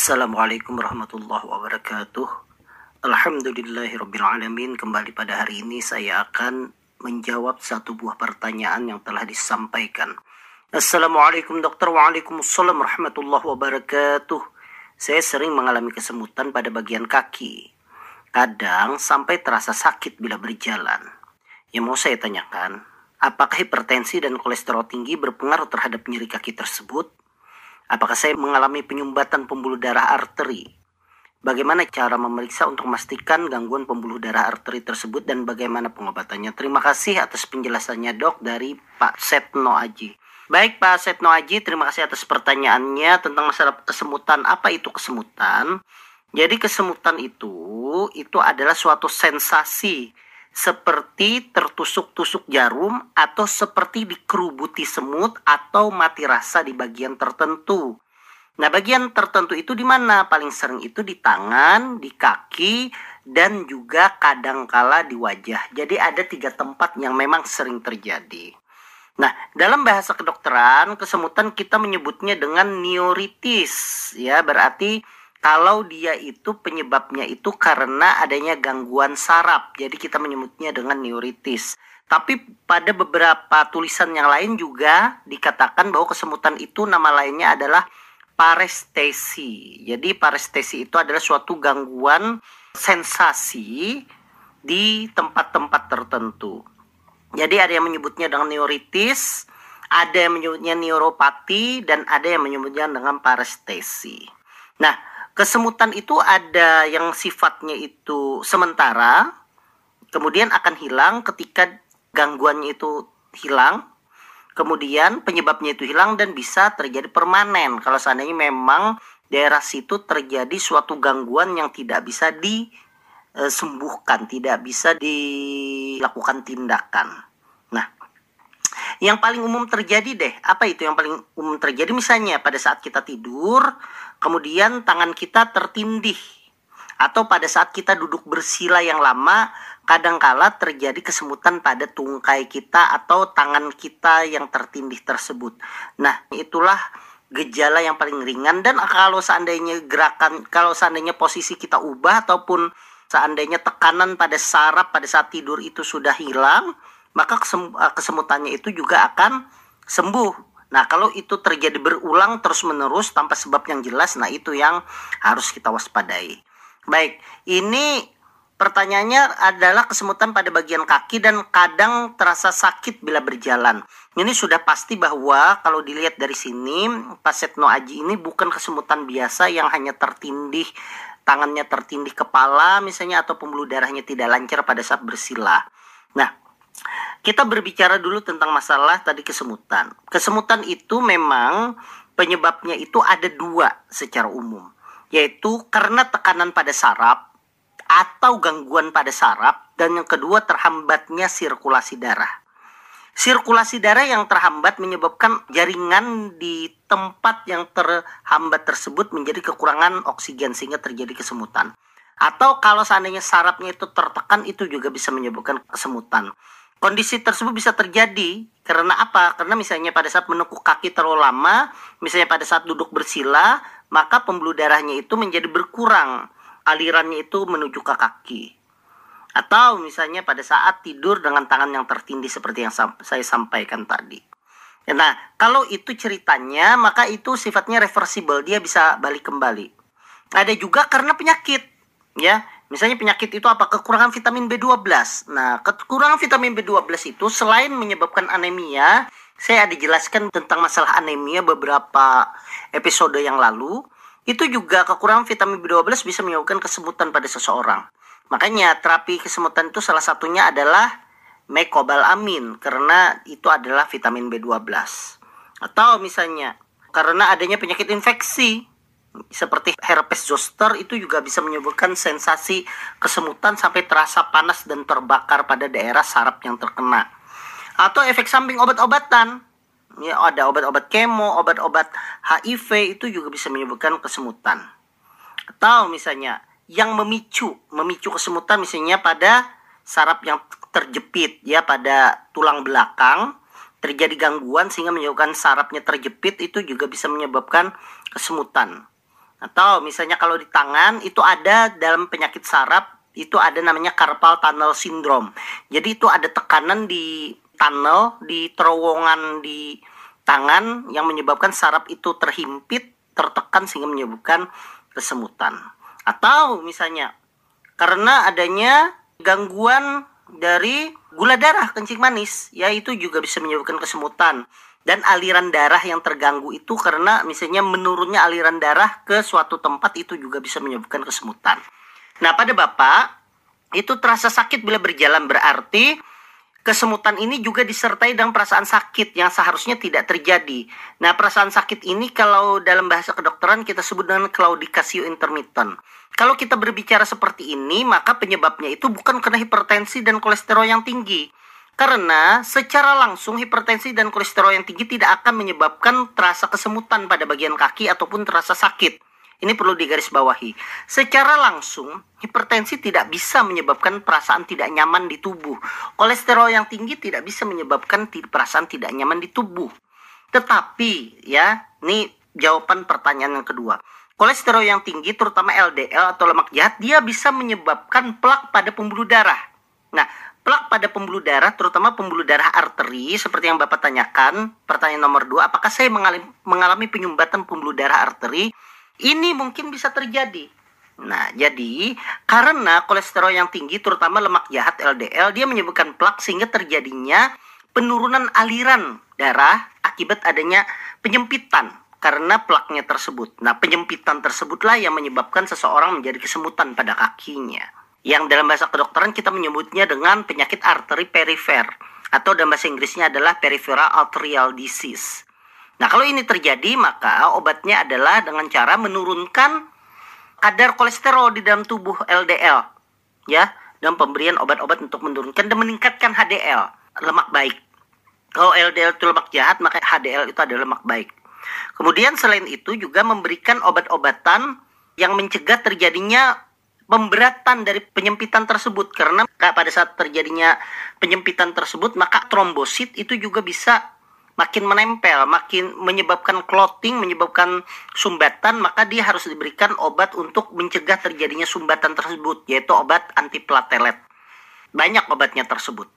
Assalamualaikum warahmatullahi wabarakatuh. Alhamdulillahirrabbilalamin. Kembali pada hari ini saya akan menjawab satu buah pertanyaan yang telah disampaikan. Assalamualaikum dokter. Waalaikumsalam warahmatullahi wabarakatuh. Saya sering mengalami kesemutan pada bagian kaki. Kadang sampai terasa sakit bila berjalan. Yang mau saya tanyakan, apakah hipertensi dan kolesterol tinggi berpengaruh terhadap nyeri kaki tersebut? Apakah saya mengalami penyumbatan pembuluh darah arteri? Bagaimana cara memeriksa untuk memastikan gangguan pembuluh darah arteri tersebut dan bagaimana pengobatannya? Terima kasih atas penjelasannya dok, dari Pak Setno Aji. Baik Pak Setno Aji, terima kasih atas pertanyaannya tentang masalah kesemutan. Apa itu kesemutan? Jadi kesemutan itu adalah suatu sensasi seperti tertusuk-tusuk jarum atau seperti dikerubuti semut atau mati rasa di bagian tertentu. Nah, bagian tertentu itu di mana? Paling sering itu di tangan, di kaki, dan juga kadangkala di wajah. Jadi ada 3 tempat yang memang sering terjadi. Nah, dalam bahasa kedokteran, kesemutan kita menyebutnya dengan neuritis, ya, berarti kalau dia itu penyebabnya itu karena adanya gangguan saraf. Jadi kita menyebutnya dengan neuritis. Tapi pada beberapa tulisan yang lain juga dikatakan bahwa kesemutan itu nama lainnya adalah parestesi. Jadi parestesi itu adalah suatu gangguan sensasi di tempat-tempat tertentu. Jadi ada yang menyebutnya dengan neuritis, ada yang menyebutnya neuropati, dan ada yang menyebutnya dengan parestesi. Nah, kesemutan itu ada yang sifatnya itu sementara, kemudian akan hilang ketika gangguannya itu hilang, kemudian penyebabnya itu hilang dan bisa terjadi permanen kalau seandainya memang daerah situ terjadi suatu gangguan yang tidak bisa disembuhkan, tidak bisa dilakukan tindakan. Nah, yang paling umum terjadi deh, apa itu yang paling umum terjadi? Misalnya pada saat kita tidur, kemudian tangan kita tertindih, atau pada saat kita duduk bersila yang lama, kadangkala terjadi kesemutan pada tungkai kita atau tangan kita yang tertindih tersebut. Nah, itulah gejala yang paling ringan. Dan kalau seandainya kalau seandainya posisi kita ubah ataupun seandainya tekanan pada saraf pada saat tidur itu sudah hilang, maka kesemutannya itu juga akan sembuh. Nah, kalau itu terjadi berulang terus-menerus tanpa sebab yang jelas, nah itu yang harus kita waspadai. Baik, ini pertanyaannya adalah kesemutan pada bagian kaki dan kadang terasa sakit bila berjalan. Ini sudah pasti bahwa kalau dilihat dari sini, Pak Setno Aji ini bukan kesemutan biasa yang hanya tertindih, tangannya tertindih kepala misalnya, atau pembuluh darahnya tidak lancar pada saat bersila. Nah, kita berbicara dulu tentang masalah tadi kesemutan. Kesemutan itu memang penyebabnya itu ada 2 secara umum, yaitu karena tekanan pada saraf atau gangguan pada saraf, dan yang kedua terhambatnya sirkulasi darah. Sirkulasi darah yang terhambat menyebabkan jaringan di tempat yang terhambat tersebut menjadi kekurangan oksigen sehingga terjadi kesemutan. Atau kalau seandainya sarafnya itu tertekan, itu juga bisa menyebabkan kesemutan. Kondisi tersebut bisa terjadi karena apa? Karena misalnya pada saat menekuk kaki terlalu lama, misalnya pada saat duduk bersila, maka pembuluh darahnya itu menjadi berkurang, alirannya itu menuju ke kaki. Atau misalnya pada saat tidur dengan tangan yang tertindih seperti yang saya sampaikan tadi. Nah, kalau itu ceritanya, maka itu sifatnya reversible, dia bisa balik kembali. Ada juga karena penyakit, ya. Misalnya penyakit itu apa? Kekurangan vitamin B12. Nah, kekurangan vitamin B12 itu selain menyebabkan anemia, saya ada jelaskan tentang masalah anemia beberapa episode yang lalu. Itu juga kekurangan vitamin B12 bisa menyebabkan kesemutan pada seseorang. Makanya terapi kesemutan itu salah satunya adalah mecobalamin, karena itu adalah vitamin B12. Atau misalnya karena adanya penyakit infeksi seperti herpes zoster, itu juga bisa menyebabkan sensasi kesemutan sampai terasa panas dan terbakar pada daerah saraf yang terkena. Atau efek samping obat-obatan, ya, ada obat-obat kemo, obat-obat HIV, itu juga bisa menyebabkan kesemutan. Atau misalnya yang memicu kesemutan misalnya pada saraf yang terjepit, ya, pada tulang belakang terjadi gangguan sehingga menyebabkan sarafnya terjepit, itu juga bisa menyebabkan kesemutan. Atau misalnya kalau di tangan itu ada dalam penyakit saraf itu ada namanya carpal tunnel syndrome. Jadi itu ada tekanan di tunnel, di terowongan di tangan yang menyebabkan saraf itu terhimpit, tertekan sehingga menyebabkan kesemutan. Atau misalnya karena adanya gangguan dari gula darah kencing manis, ya itu juga bisa menyebabkan kesemutan. Dan aliran darah yang terganggu itu karena misalnya menurunnya aliran darah ke suatu tempat itu juga bisa menyebabkan kesemutan. Nah, pada Bapak, itu terasa sakit bila berjalan berarti kesemutan ini juga disertai dengan perasaan sakit yang seharusnya tidak terjadi. Nah, perasaan sakit ini kalau dalam bahasa kedokteran kita sebut dengan claudication intermittent. Kalau kita berbicara seperti ini, maka penyebabnya itu bukan karena hipertensi dan kolesterol yang tinggi. Karena secara langsung hipertensi dan kolesterol yang tinggi tidak akan menyebabkan terasa kesemutan pada bagian kaki ataupun terasa sakit. Ini perlu digarisbawahi. Secara langsung, hipertensi tidak bisa menyebabkan perasaan tidak nyaman di tubuh. Kolesterol yang tinggi tidak bisa menyebabkan perasaan tidak nyaman di tubuh. Tetapi, ya, ini jawaban pertanyaan yang kedua. Kolesterol yang tinggi, terutama LDL atau lemak jahat, dia bisa menyebabkan plak pada pembuluh darah. Nah, plak pada pembuluh darah, terutama pembuluh darah arteri, seperti yang Bapak tanyakan, pertanyaan nomor 2, apakah saya mengalami penyumbatan pembuluh darah arteri? Ini mungkin bisa terjadi. Nah, jadi karena kolesterol yang tinggi, terutama lemak jahat LDL, dia menyebabkan plak sehingga terjadinya penurunan aliran darah akibat adanya penyempitan karena plaknya tersebut. Nah, penyempitan tersebutlah yang menyebabkan seseorang menjadi kesemutan pada kakinya. Yang dalam bahasa kedokteran kita menyebutnya dengan penyakit arteri perifer. Atau dalam bahasa Inggrisnya adalah peripheral arterial disease. Nah, kalau ini terjadi, maka obatnya adalah dengan cara menurunkan kadar kolesterol di dalam tubuh LDL. Ya, dan pemberian obat-obat untuk menurunkan dan meningkatkan HDL, lemak baik. Kalau LDL itu lemak jahat, maka HDL itu adalah lemak baik. Kemudian selain itu juga memberikan obat-obatan yang mencegah terjadinya pemberatan dari penyempitan tersebut. Karena pada saat terjadinya penyempitan tersebut, maka trombosit itu juga bisa makin menempel, makin menyebabkan clotting, menyebabkan sumbatan, maka dia harus diberikan obat untuk mencegah terjadinya sumbatan tersebut, yaitu obat antiplatelet. Banyak obatnya tersebut.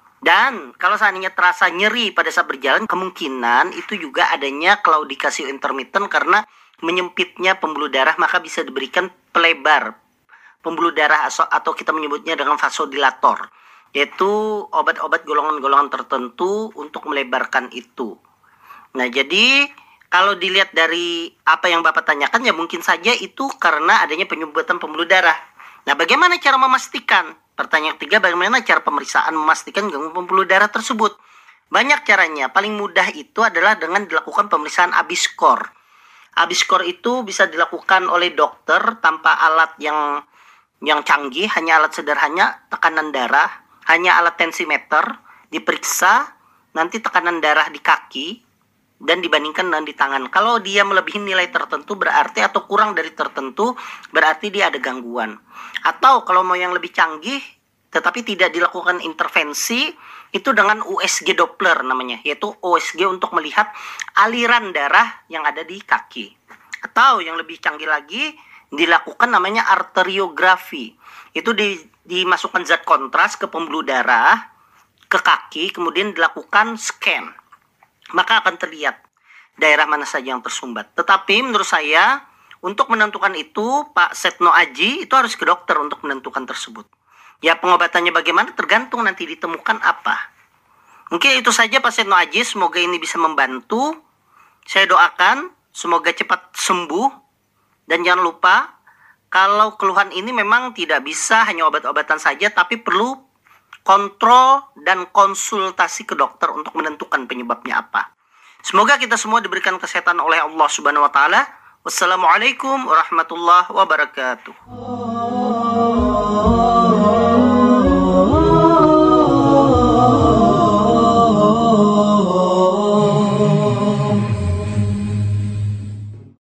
Dan kalau seandainya terasa nyeri pada saat berjalan, kemungkinan itu juga adanya claudication intermittent karena menyempitnya pembuluh darah, maka bisa diberikan pelebar pembuluh darah atau kita menyebutnya dengan vasodilator, yaitu obat-obat golongan-golongan tertentu untuk melebarkan itu. Nah, jadi kalau dilihat dari apa yang Bapak tanyakan, ya mungkin saja itu karena adanya penyumbatan pembuluh darah. Nah, bagaimana cara memastikan? Pertanyaan ketiga, bagaimana cara pemeriksaan memastikan gangguan pembuluh darah tersebut? Banyak caranya. Paling mudah itu adalah dengan dilakukan pemeriksaan ABI-score. ABI-score itu bisa dilakukan oleh dokter tanpa alat yang canggih, hanya alat sederhana, tekanan darah, hanya alat tensimeter, diperiksa, nanti tekanan darah di kaki, dan dibandingkan dengan di tangan. Kalau dia melebihi nilai tertentu berarti, atau kurang dari tertentu, berarti dia ada gangguan. Atau kalau mau yang lebih canggih, tetapi tidak dilakukan intervensi, itu dengan USG Doppler namanya, yaitu USG untuk melihat aliran darah yang ada di kaki. Atau yang lebih canggih lagi, dilakukan namanya arteriografi. Itu dimasukkan zat kontras ke pembuluh darah, ke kaki, kemudian dilakukan scan. Maka akan terlihat daerah mana saja yang tersumbat. Tetapi menurut saya, untuk menentukan itu, Pak Setno Aji itu harus ke dokter untuk menentukan tersebut. Ya, pengobatannya bagaimana tergantung nanti ditemukan apa. Mungkin itu saja Pak Setno Aji, semoga ini bisa membantu. Saya doakan semoga cepat sembuh. Dan jangan lupa, kalau keluhan ini memang tidak bisa hanya obat-obatan saja, tapi perlu kontrol dan konsultasi ke dokter untuk menentukan penyebabnya apa. Semoga kita semua diberikan kesehatan oleh Allah Subhanahu wa taala. Wassalamualaikum warahmatullahi wabarakatuh.